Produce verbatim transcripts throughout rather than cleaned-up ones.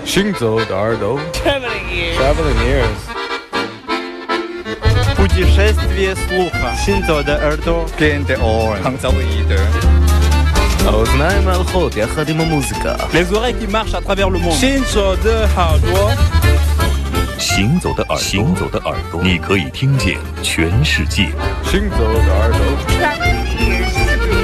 行走的耳朵 Traveling ears. Traveling ears Путешествие слуха. Синзо де Эрдо. Gente on. Hangzauide. האוזניים הלכות יחד עם המוזיקה. Les oreilles qui marchent à travers le monde. Shinzo de Hardware. 行走的耳朵，行走的耳朵，你可以听见全世界。 行走的耳朵 Traveling ears.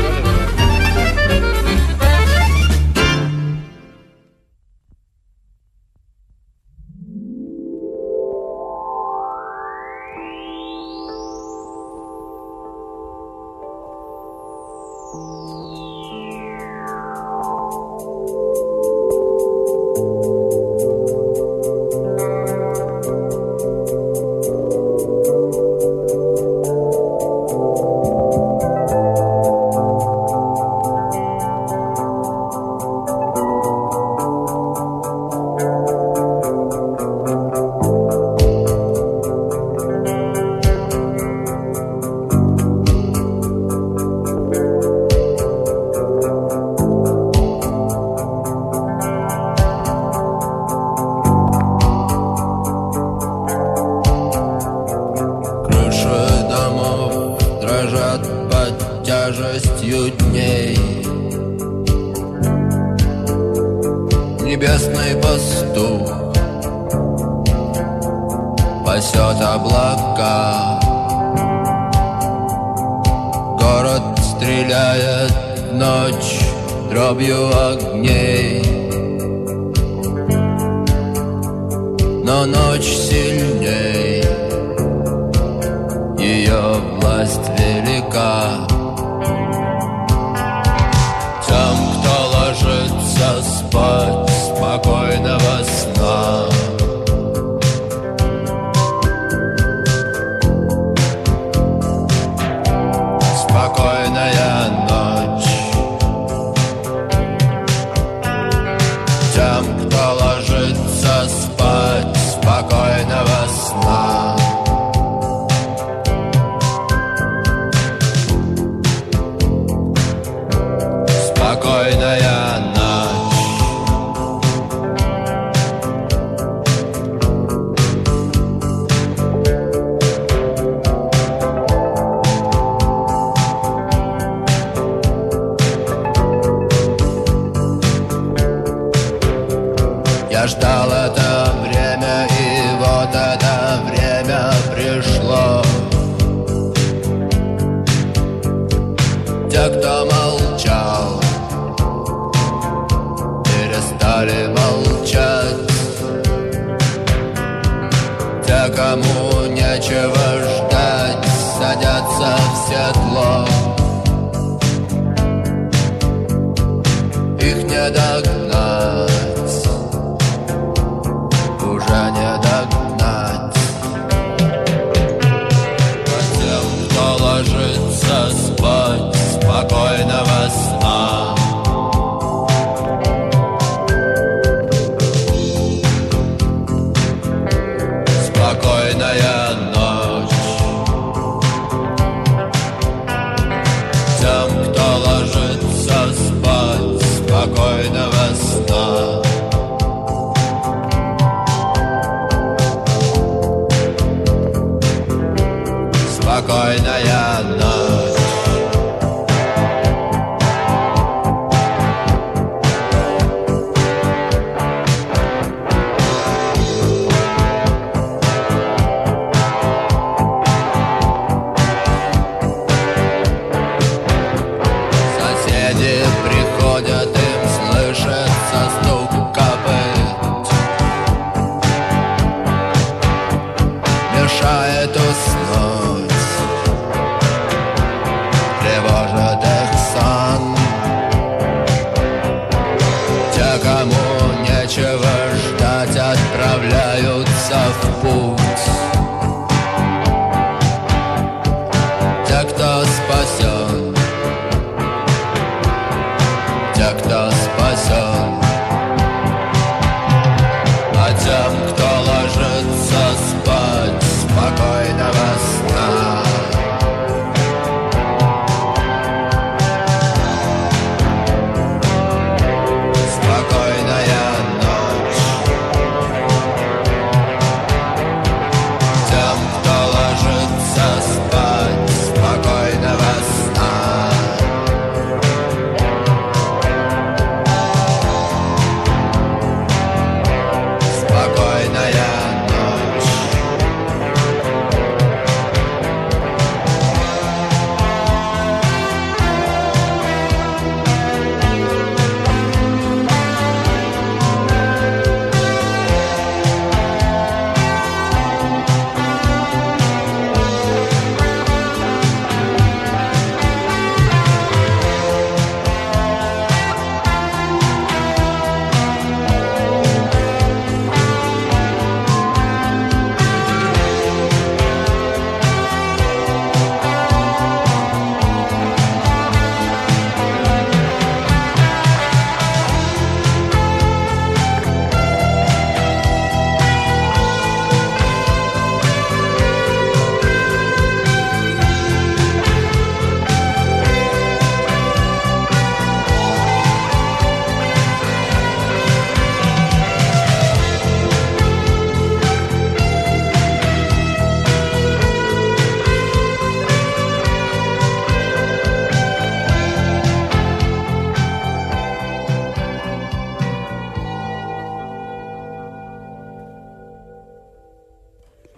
тяжестью дней. Небесный пастух пасет облака. Город стреляет в ночь дробью огней. Но ночь сильней, ее власть велика. Тем, кто ложится спать, спокойного сна. Спокойная ночь. Тем, кто ложится спать, спокойного сна. Спокойная ночь. Я ждал это время, и вот это время пришло. Те, кто молчал, перестали молчать. Те, кому нечего ждать, садятся в седло. Их не догнать, уже не догнать. А тем, кто ложится спать, спокойного сна. Спокойная ночь.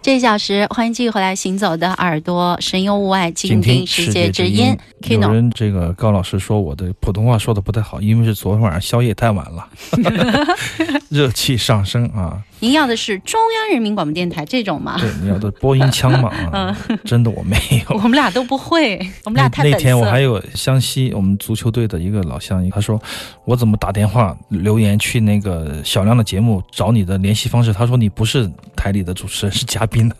这一小时欢迎继续回来，行走的耳朵，神游物外，静听世界之音。 有人这个高老师说我的普通话说的不太好，因为是昨天晚上宵夜太晚了，热气上升啊。 您要的是中央人民广播电台这种吗？ 对，你要的播音腔嘛啊，真的我没有， 我们俩都不会，我们俩太本色。 那天我还有湘西我们足球队的一个老乡，他说我怎么打电话留言去那个小亮的节目找你的联系方式，他说你不是台里的主持人，是嘉宾的。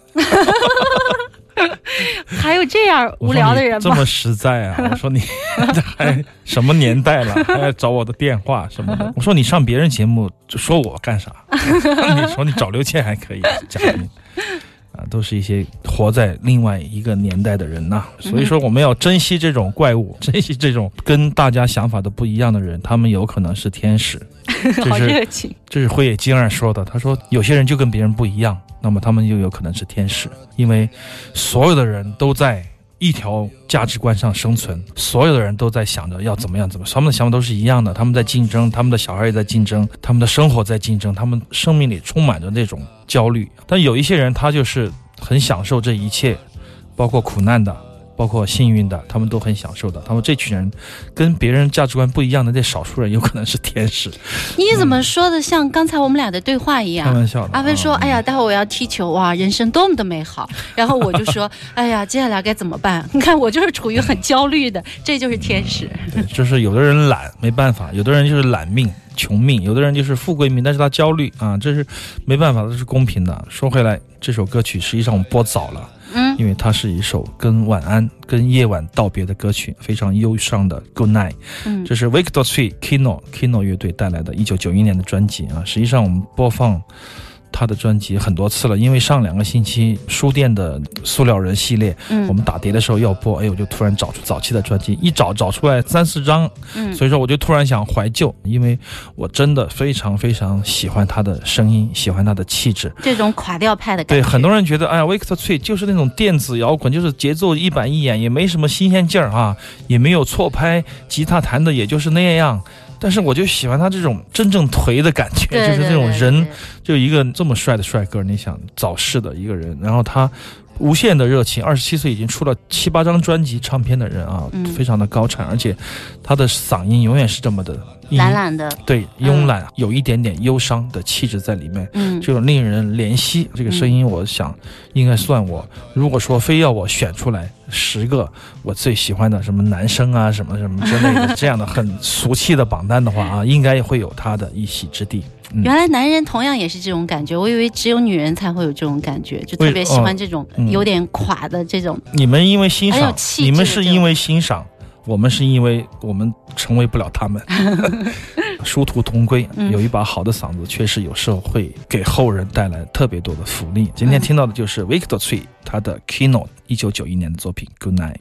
还有这样无聊的人吗？ 这么实在啊！我说你还什么年代了，还要找我的电话什么的？我说你上别人节目就说我干啥？你说你找刘谦还可以，嘉宾啊，都是一些活在另外一个年代的人呐、啊。所以说我们要珍惜这种怪物，珍惜这种跟大家想法都不一样的人，他们有可能是天使。 好热情， 这是辉野金二说的。他说有些人就跟别人不一样，那么他们就有可能是天使，因为所有的人都在一条价值观上生存，所有的人都在想着要怎么样怎么样，他们的想法都是一样的，他们在竞争，他们的小孩也在竞争，他们的生活在竞争，他们生命里充满着这种焦虑。但有一些人他就是很享受这一切，包括苦难的，包括幸运的，他们都很享受的。他们这群人跟别人价值观不一样的这少数人有可能是天使。 你怎么说的像刚才我们俩的对话一样？ 开玩笑的。 阿飞说、啊、哎呀待会我要踢球，哇人生多么的美好。然后我就说哎呀接下来该怎么办？你看我就是处于很焦虑的，这就是天使。 对，就是有的人懒没办法，有的人就是懒命穷命，有的人就是富贵命，但是他焦虑啊，这是没办法，这是公平的。说回来，这首歌曲实际上我们播早了，嗯，因为它是一首跟晚安、跟夜晚道别的歌曲，非常忧伤的 Good Night。嗯，这是 Victor Tsui Kino Kino 乐队带来的一九九一年的专辑啊。实际上我们播放他的专辑很多次了，因为上两个星期书店的塑料人系列、嗯、我们打碟的时候要播，哎，我就突然找出早期的专辑，一找找出来三四张、嗯、所以说我就突然想怀旧，因为我真的非常非常喜欢他的声音，喜欢他的气质， 这种垮调派的感觉。 对，很多人觉得哎呀 Victor Tsui 就是那种电子摇滚，就是节奏一板一眼，也没什么新鲜劲儿啊，也没有错拍，吉他弹的也就是那样，但是我就喜欢他这种真正颓的感觉， 对对对对， 就是这种人，就一个这么帅的帅哥，你想早逝的一个人，然后他无限的热情，二十七岁已经出了七八张专辑唱片的人啊、嗯，非常的高产，而且他的嗓音永远是这么的懒懒的， 对，慵懒、嗯，有一点点忧伤的气质在里面，嗯，这种令人怜惜。这个声音，我想应该算我、嗯，如果说非要我选出来十个我最喜欢的什么男生啊，什么什么之类的这样的很俗气的榜单的话啊，应该也会有他的一席之地。 嗯、原来男人同样也是这种感觉，我以为只有女人才会有这种感觉，就特别喜欢这种有点垮的这种。嗯、 你们因为欣赏，你们是因为欣赏。我们是因为我们成为不了他们。殊途同归，有一把好的嗓子确实有时候会给后人带来特别多的福利。今天听到的就是 Victor Tsui 他的 Kino 一九九一年的作品 Good Night。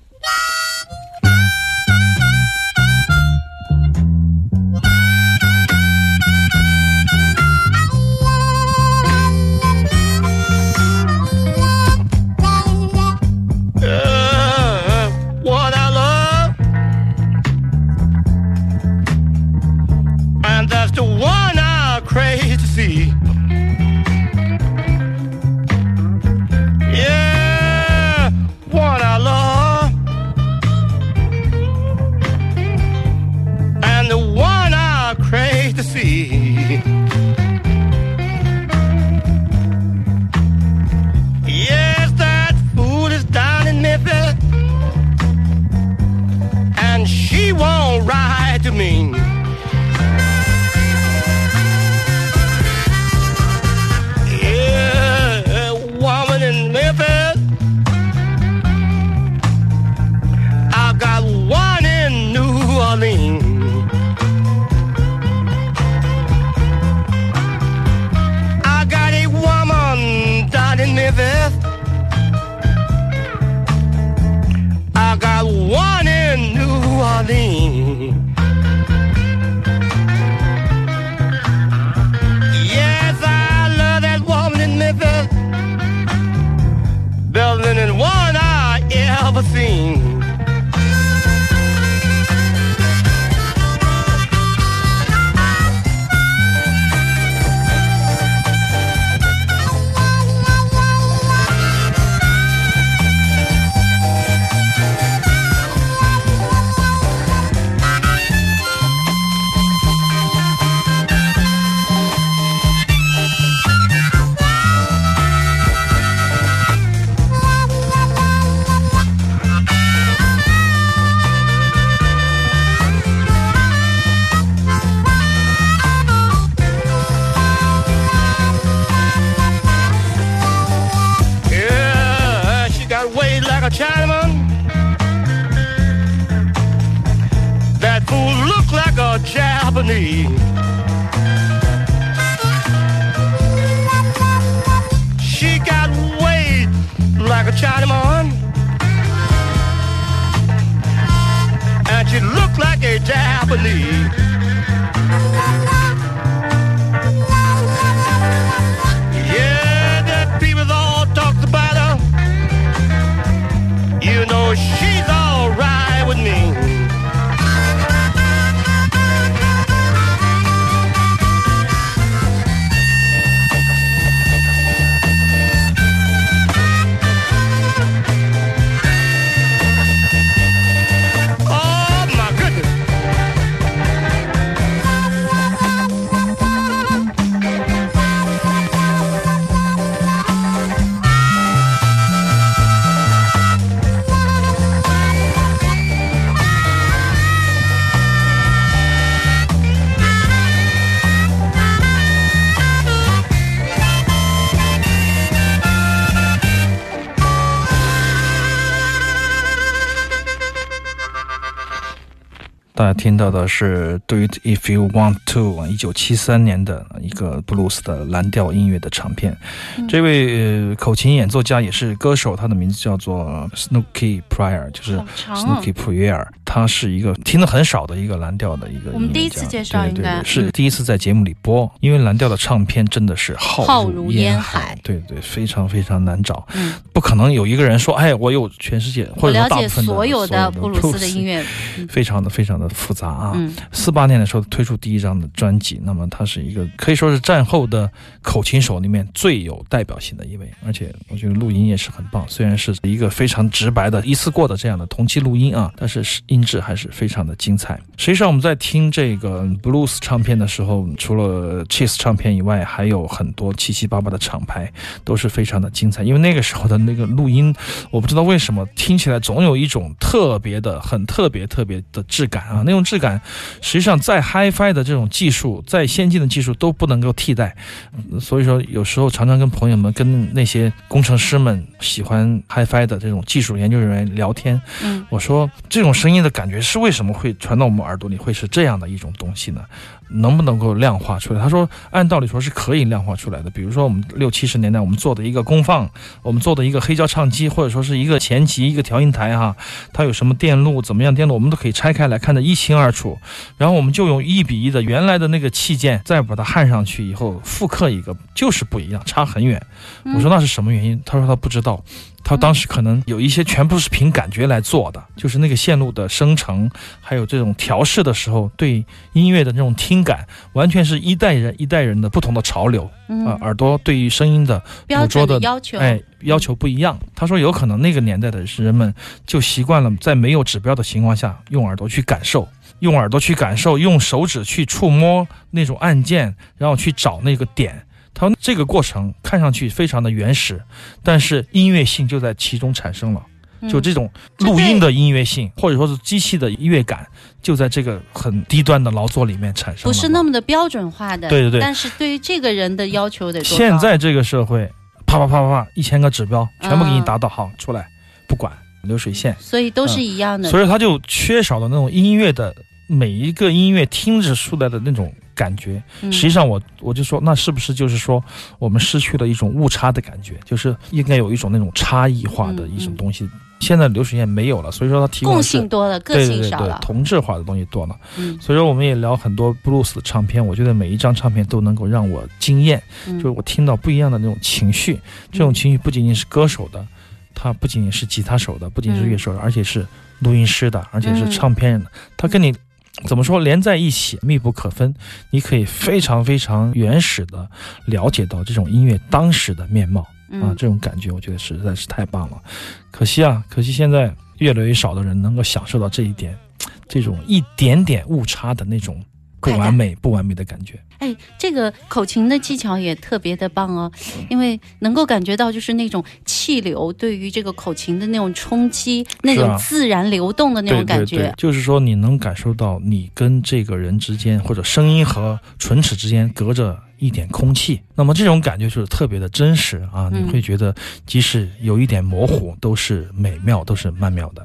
家听到的是 Do It If You Want To 一九七三年的一个布鲁斯的蓝调音乐的唱片、嗯、这位、呃、口琴演奏家也是歌手，他的名字叫做 Snooky Pryor， 就是 Snooky Pryor， 他是一个听得很少的一个蓝调的一个音乐家， 我们第一次介绍应该， 对对对，是第一次在节目里播，因为蓝调的唱片真的是浩如烟海，对对，非常非常难找、嗯、不可能有一个人说哎我有全世界或者说大部分的所有的布鲁斯的音乐， 非常的非常的复杂啊。四八、嗯、年的时候推出第一张的专辑，那么他是一个可以说是战后的口琴手里面最有代表性的一位，而且我觉得录音也是很棒，虽然是一个非常直白的一次过的这样的同期录音啊，但是音质还是非常的精彩。实际上我们在听这个 blues 唱片的时候，除了 Chess 唱片以外，还有很多七七八八的厂牌都是非常的精彩，因为那个时候的那个录音，我不知道为什么听起来总有一种特别的很特别特别的质感啊，那种质感实际上在 Hi-Fi 的这种技术，再先进的技术都不能够替代。所以说有时候常常跟朋友们跟那些工程师们喜欢 Hi-Fi 的这种技术研究人员聊天、嗯、我说这种声音的感觉是为什么会传到我们耳朵里会是这样的一种东西呢？能不能够量化出来？他说按道理说是可以量化出来的，比如说我们六七十年代我们做的一个功放，我们做的一个黑胶唱机，或者说是一个前级一个调音台哈，它有什么电路怎么样电路我们都可以拆开来看得一清二楚，然后我们就用一比一的原来的那个器件再把它焊上去以后复刻一个，就是不一样，差很远。我说那是什么原因？他说他不知道，他当时可能有一些全部是凭感觉来做的，就是那个线路的生成还有这种调试的时候，对音乐的那种听感完全是一代人一代人的不同的潮流、嗯呃、耳朵对于声音的捕捉的要求哎要求不一样。他说有可能那个年代的人们就习惯了在没有指标的情况下用耳朵去感受用耳朵去感受用手指去触摸那种按键，然后去找那个点。他说这个过程看上去非常的原始，但是音乐性就在其中产生了，就这种录音的音乐性、嗯、或者说是机器的乐感就在这个很低端的劳作里面产生了， 不是那么的标准化的。 对对对， 但是对于这个人的要求得多高。 现在这个社会啪啪啪啪啪一千个指标全部给你达到、嗯、好出来不管流水线， 所以都是一样的、嗯、 所以他就缺少了那种音乐的每一个音乐听着出来的那种感觉。实际上我我就说那是不是就是说我们失去了一种误差的感觉，就是应该有一种那种差异化的一种东西、嗯嗯、现在流水线没有了，所以说它提供共性多了，个性少了，对对对， 同质化的东西多了、嗯、所以说我们也聊很多 blues 的唱片，我觉得每一张唱片都能够让我惊艳、嗯、就是我听到不一样的那种情绪、嗯、这种情绪不仅仅是歌手的，它不仅仅是吉他手的，不仅是乐手的、嗯、而且是录音师的，而且是唱片人的、嗯、他跟你怎么说连在一起密不可分，你可以非常非常原始的了解到这种音乐当时的面貌、嗯、啊，这种感觉我觉得实在是太棒了。可惜啊，可惜现在越来越少的人能够享受到这一点，这种一点点误差的那种不完美不完美的感觉。 哎，这个口琴的技巧也特别的棒哦，因为能够感觉到就是那种气流对于这个口琴的那种冲击，那种自然流动的那种感觉。 对对对，就是说你能感受到你跟这个人之间或者声音和唇齿之间隔着一点空气，那么这种感觉就是特别的真实啊，你会觉得即使有一点模糊都是美妙，都是曼妙的。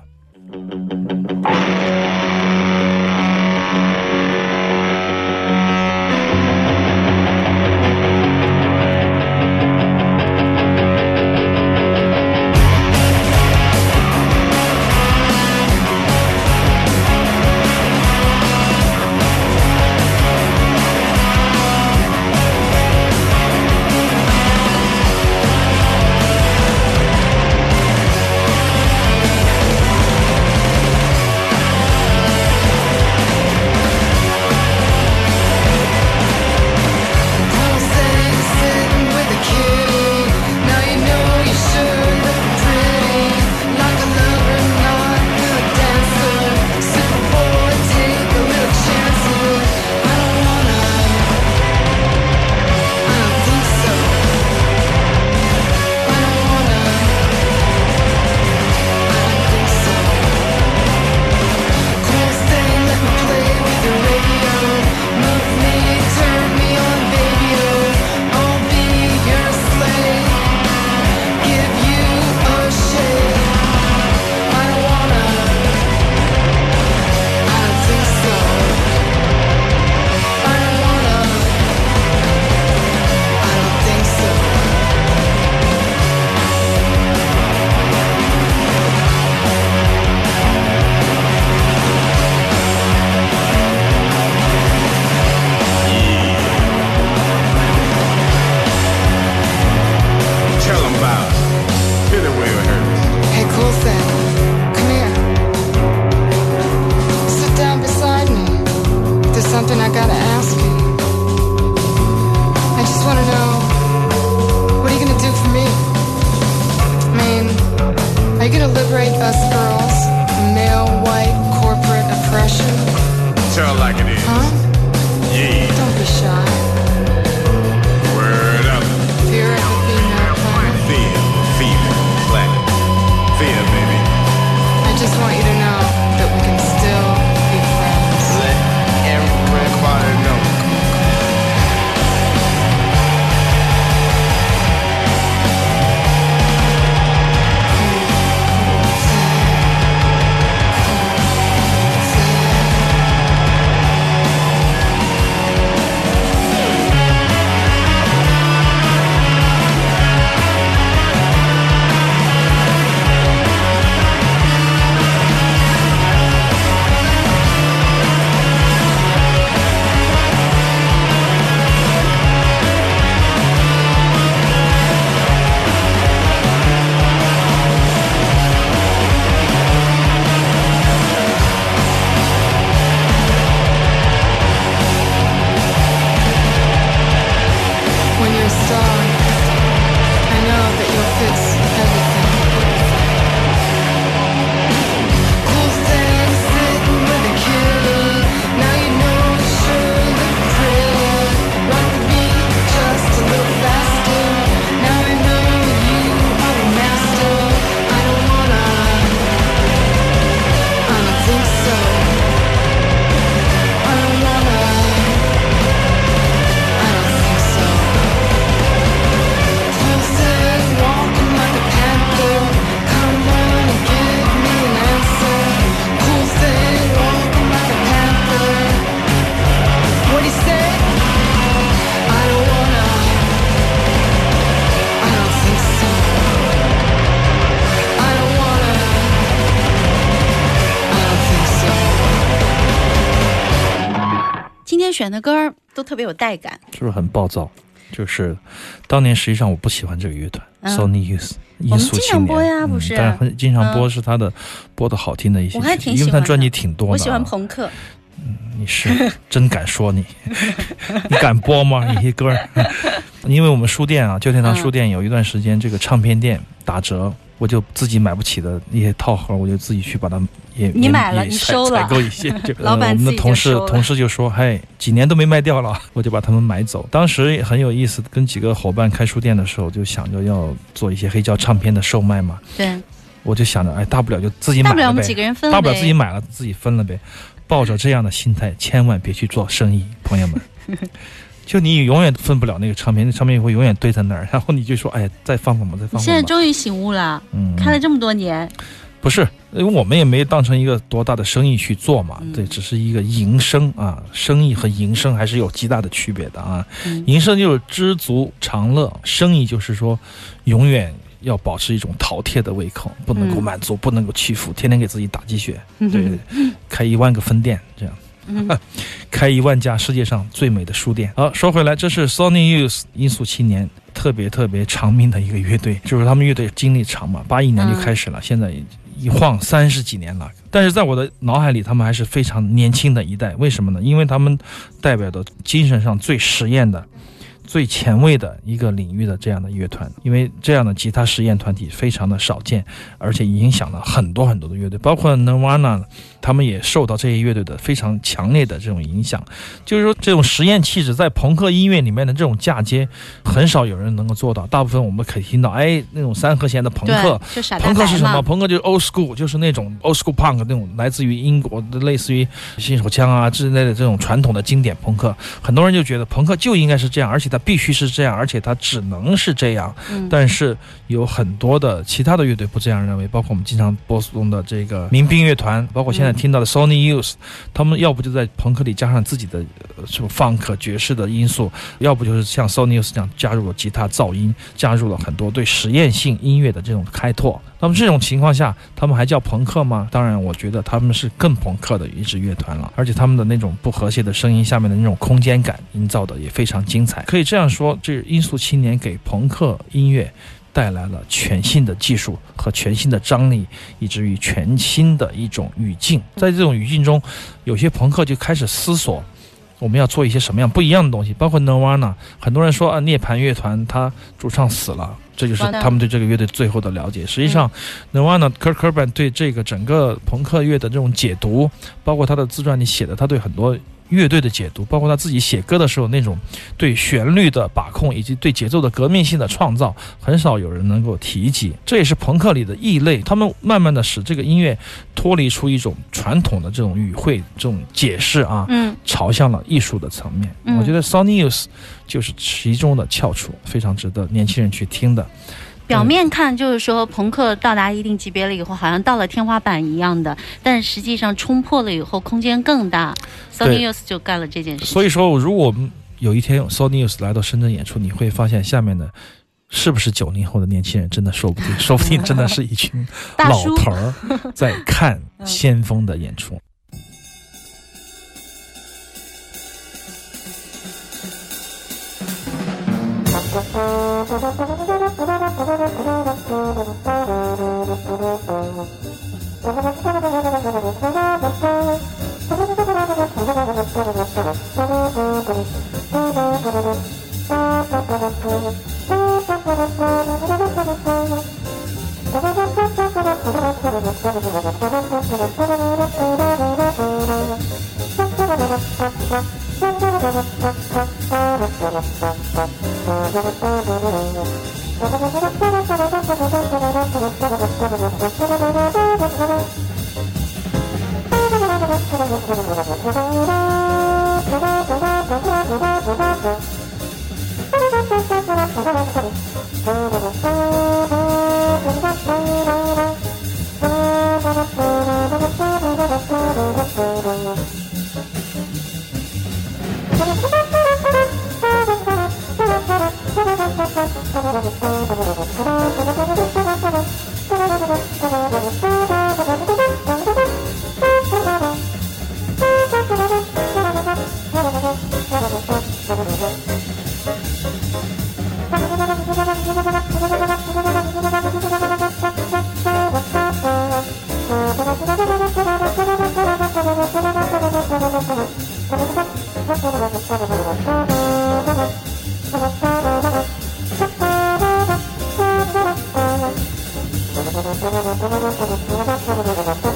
选的歌都特别有带感， 是不是很暴躁？就是当年实际上我不喜欢这个乐团、嗯、Sony Youth 我们经常播呀、嗯、不是、啊、 但经常播是他的、嗯、播的好听的一些， 我还挺喜欢的， 因为他专辑挺多的、啊、 我喜欢朋克。 嗯，你是真敢说你你敢播吗一些歌因为我们书店啊，旧天堂书店有一段时间这个唱片店打折、嗯，我就自己买不起的一些套盒，我就自己去把它也你买了，你收了， 采购一些。就老板、呃、 我们的同事同事就说：“嘿，几年都没卖掉了。”我就把它们买走。当时很有意思，跟几个伙伴开书店的时候，就想着要做一些黑胶唱片的售卖嘛。 对。 我就想着，哎，大不了就自己买了呗， 大不了我们几个人分了呗， 大不了自己买了自己分了呗。抱着这样的心态，千万别去做生意，朋友们。就你永远分不了那个唱片，那唱片会永远堆在那儿，然后你就说，哎，再放放吧，再放放吧。 现在终于醒悟了，嗯，开了这么多年。 不是，因为我们也没当成一个多大的生意去做嘛，嗯、对，只是一个营生啊，生意和营生还是有极大的区别的啊。嗯、营生就是知足常乐，生意就是说永远要保持一种饕餮的胃口，不能够满足，嗯、不能够屈服，天天给自己打鸡血，对对对，开一万个分店这样。嗯、开一万家世界上最美的书店。好，说回来，这是 Sony Youth 音速青年特别特别长命的一个乐队，就是他们乐队经历长嘛，八一年就开始了，嗯、现在一晃三十几年了。但是在我的脑海里，他们还是非常年轻的一代。为什么呢？因为他们代表的精神上最实验的、最前卫的一个领域的这样的乐团，因为这样的吉他实验团体非常的少见，而且影响了很多很多的乐队，包括 Nirvana， 他们也受到这些乐队的非常强烈的这种影响。就是说，这种实验气质在朋克音乐里面的这种嫁接，很少有人能够做到。大部分我们可以听到，哎，那种三和弦的朋克，朋克是什么？朋克就是 old school， 就是那种 old school punk 那种来自于英国的，类似于信手枪啊之类的这种传统的经典朋克。很多人就觉得朋克就应该是这样，而且它必须是这样，而且它只能是这样。嗯、但是有很多的其他的乐队不这样认为，包括我们经常播送的这个民兵乐团，包括现在听到的 Sony Youth， 他们要不就在朋克里加上自己的什么放克爵士的因素，要不就是像 Sony Youth 这样加入了吉他噪音，加入了很多对实验性音乐的这种开拓。那么这种情况下，他们还叫朋克吗？当然，我觉得他们是更朋克的一支乐团了，而且他们的那种不和谐的声音下面的那种空间感营造的也非常精彩。可以这样说，这音速青年给朋克音乐带来了全新的技术和全新的张力，以至于全新的一种语境。在这种语境中，有些朋克就开始思索我们要做一些什么样不一样的东西，包括 Nirvana， 很多人说啊，涅槃乐团他主唱死了，这就是他们对这个乐队最后的了解。实际上 Nirvana Kurt Cobain 对这个整个朋克乐的这种解读，包括他的自传里写的他对很多乐队的解读，包括他自己写歌的时候那种对旋律的把控以及对节奏的革命性的创造，很少有人能够提及。这也是朋克里的异类，他们慢慢的使这个音乐脱离出一种传统的这种语汇这种解释啊，嗯，朝向了艺术的层面。嗯、我觉得 Sony Youth 就是其中的翘楚，非常值得年轻人去听的。 表面看就是说朋克到达一定级别了以后好像到了天花板一样的，但实际上冲破了以后空间更大。 Sony Youth 就干了这件事。所以说如果有一天 Sony Youth 来到深圳演出，你会发现下面的是不是九零后的年轻人真的说不定说不定真的是一群老头儿在看先锋的演出。 Thank you. Thank you.